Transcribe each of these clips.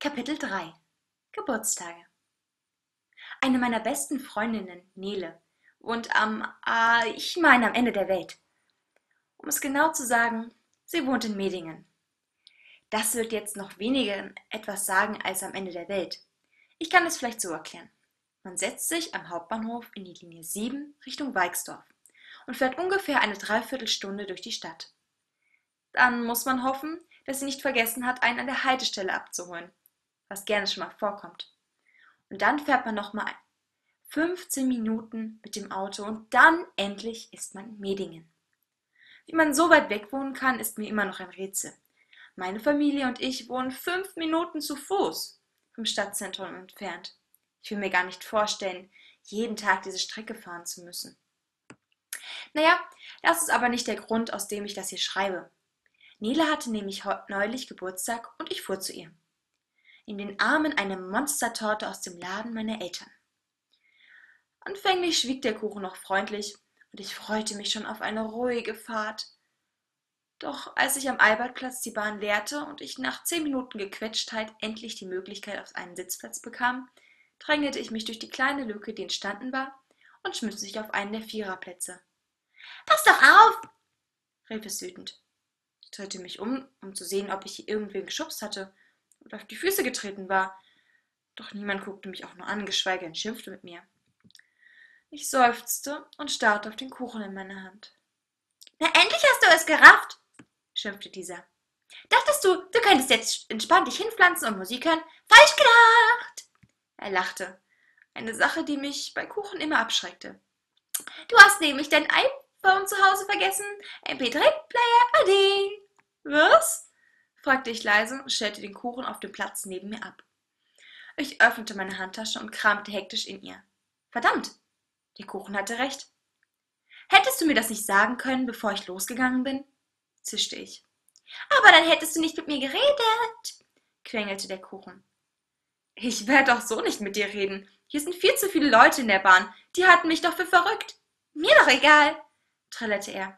Kapitel 3 Geburtstage. Eine meiner besten Freundinnen, Nele, wohnt am Ende der Welt. Um es genau zu sagen, sie wohnt in Medingen. Das wird jetzt noch weniger etwas sagen als am Ende der Welt. Ich kann es vielleicht so erklären. Man setzt sich am Hauptbahnhof in die Linie 7 Richtung Weixdorf und fährt ungefähr eine Dreiviertelstunde durch die Stadt. Dann muss man hoffen, dass sie nicht vergessen hat, einen an der Haltestelle abzuholen, was gerne schon mal vorkommt. Und dann fährt man nochmal 15 Minuten mit dem Auto und dann endlich ist man in Medingen. Wie man so weit weg wohnen kann, ist mir immer noch ein Rätsel. Meine Familie und ich wohnen 5 Minuten zu Fuß vom Stadtzentrum entfernt. Ich will mir gar nicht vorstellen, jeden Tag diese Strecke fahren zu müssen. Naja, das ist aber nicht der Grund, aus dem ich das hier schreibe. Nele hatte nämlich neulich Geburtstag und ich fuhr zu ihr. In den Armen eine Monstertorte aus dem Laden meiner Eltern. Anfänglich schwieg der Kuchen noch freundlich und ich freute mich schon auf eine ruhige Fahrt. Doch als sich am Albertplatz die Bahn leerte und ich nach 10 Minuten Gequetschtheit endlich die Möglichkeit auf einen Sitzplatz bekam, drängelte ich mich durch die kleine Lücke, die entstanden war, und schmiss mich auf einen der Viererplätze. »Pass doch auf!« rief es wütend. Ich drehte mich um zu sehen, ob ich hier irgendwen geschubst hatte oder auf die Füße getreten war. Doch niemand guckte mich auch nur an, geschweige denn schimpfte mit mir. Ich seufzte und starrte auf den Kuchen in meiner Hand. »Na, endlich hast du es gerafft«, schimpfte dieser. »Dachtest du, du könntest jetzt entspannt dich hinpflanzen und Musik hören? Falsch gedacht!« Er lachte. Eine Sache, die mich bei Kuchen immer abschreckte. »Du hast nämlich dein iPhone zu Hause vergessen. MP3-Player, ade.« »Was?« fragte ich leise und stellte den Kuchen auf den Platz neben mir ab. Ich öffnete meine Handtasche und kramte hektisch in ihr. Verdammt, der Kuchen hatte recht. »Hättest du mir das nicht sagen können, bevor ich losgegangen bin?« zischte ich. »Aber dann hättest du nicht mit mir geredet«, quengelte der Kuchen. »Ich werde doch so nicht mit dir reden. Hier sind viel zu viele Leute in der Bahn. Die halten mich doch für verrückt.« »Mir doch egal«, trällerte er.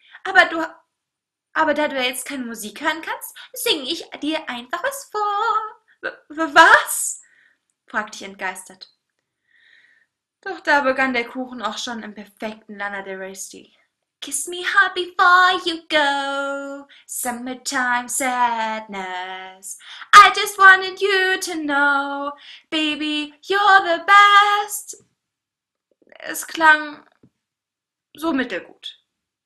Aber da du ja jetzt keine Musik hören kannst, singe ich dir einfach was vor.« »Was?« fragte ich entgeistert. Doch da begann der Kuchen auch schon im perfekten Lana Del Rey-Stil. Kiss me hard before you go, summertime sadness. I just wanted you to know, baby, you're the best. Es klang so mittelgut.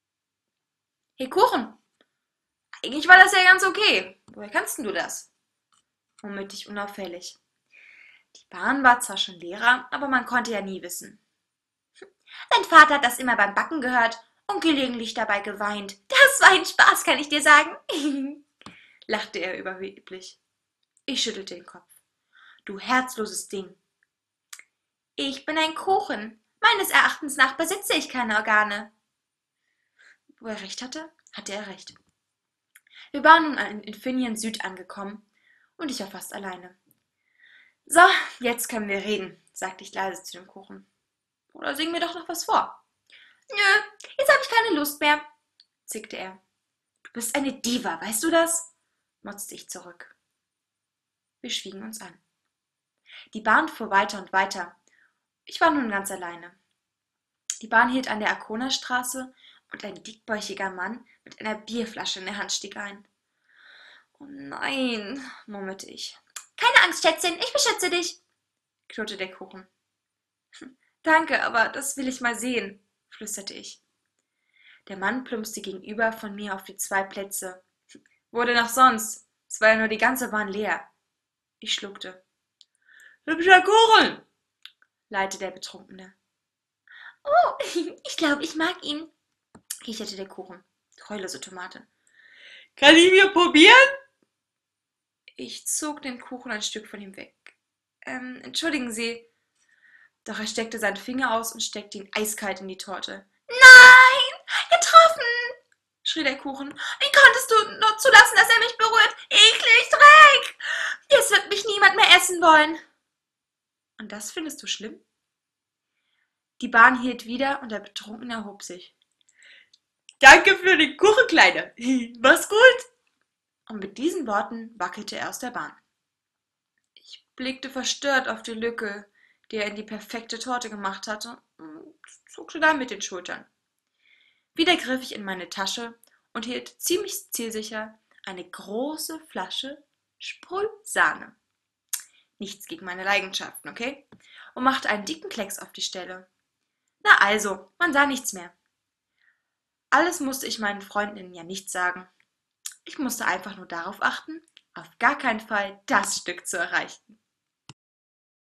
Hey Kuchen, eigentlich war das ja ganz okay. Woher kannst denn du das? Murmelte ich unauffällig. Die Bahn war zwar schon leerer, aber man konnte ja nie wissen. Dein Vater hat das immer beim Backen gehört und gelegentlich dabei geweint. Das war ein Spaß, kann ich dir sagen, lachte er überheblich. Ich schüttelte den Kopf. Du herzloses Ding. Ich bin ein Kuchen. Meines Erachtens nach besitze ich keine Organe. Wo er recht hatte, hatte er recht. Wir waren nun in Infineon Süd angekommen und ich war fast alleine. So, jetzt können wir reden, sagte ich leise zu dem Kuchen. Oder sing mir doch noch was vor. Nö, jetzt habe ich keine Lust mehr, zickte er. Du bist eine Diva, weißt du das? Motzte ich zurück. Wir schwiegen uns an. Die Bahn fuhr weiter und weiter. Ich war nun ganz alleine. Die Bahn hielt an der Arkonastraße und ein dickbäuchiger Mann mit einer Bierflasche in der Hand stieg ein. Oh nein, murmelte ich. Keine Angst, Schätzchen, ich beschütze dich, knurrte der Kuchen. Danke, aber das will ich mal sehen, flüsterte ich. Der Mann plumpste gegenüber von mir auf die 2 Plätze. Wurde noch sonst, es war ja nur die ganze Bahn leer. Ich schluckte. Hübscher Kuchen, lallte der Betrunkene. Oh, ich glaube, ich mag ihn, kicherte der Kuchen. Treulose Tomate. Kann ich mir probieren? Ich zog den Kuchen ein Stück von ihm weg. Entschuldigen Sie. Doch er steckte seinen Finger aus und steckte ihn eiskalt in die Torte. Nein, getroffen, schrie der Kuchen. Wie konntest du nur zulassen, dass er mich berührt? Eklig, Dreck! Jetzt wird mich niemand mehr essen wollen. Und das findest du schlimm? Die Bahn hielt wieder und der Betrunkene erhob sich. Danke für den Kuchen, Kleine. Mach's gut. Und mit diesen Worten wackelte er aus der Bahn. Ich blickte verstört auf die Lücke, die er in die perfekte Torte gemacht hatte, und zuckte dann mit den Schultern. Wieder griff ich in meine Tasche und hielt ziemlich zielsicher eine große Flasche Sprühsahne. Nichts gegen meine Leidenschaften, okay? Und machte einen dicken Klecks auf die Stelle. Na also, man sah nichts mehr. Alles musste ich meinen Freundinnen ja nicht sagen. Ich musste einfach nur darauf achten, auf gar keinen Fall das Stück zu erreichen.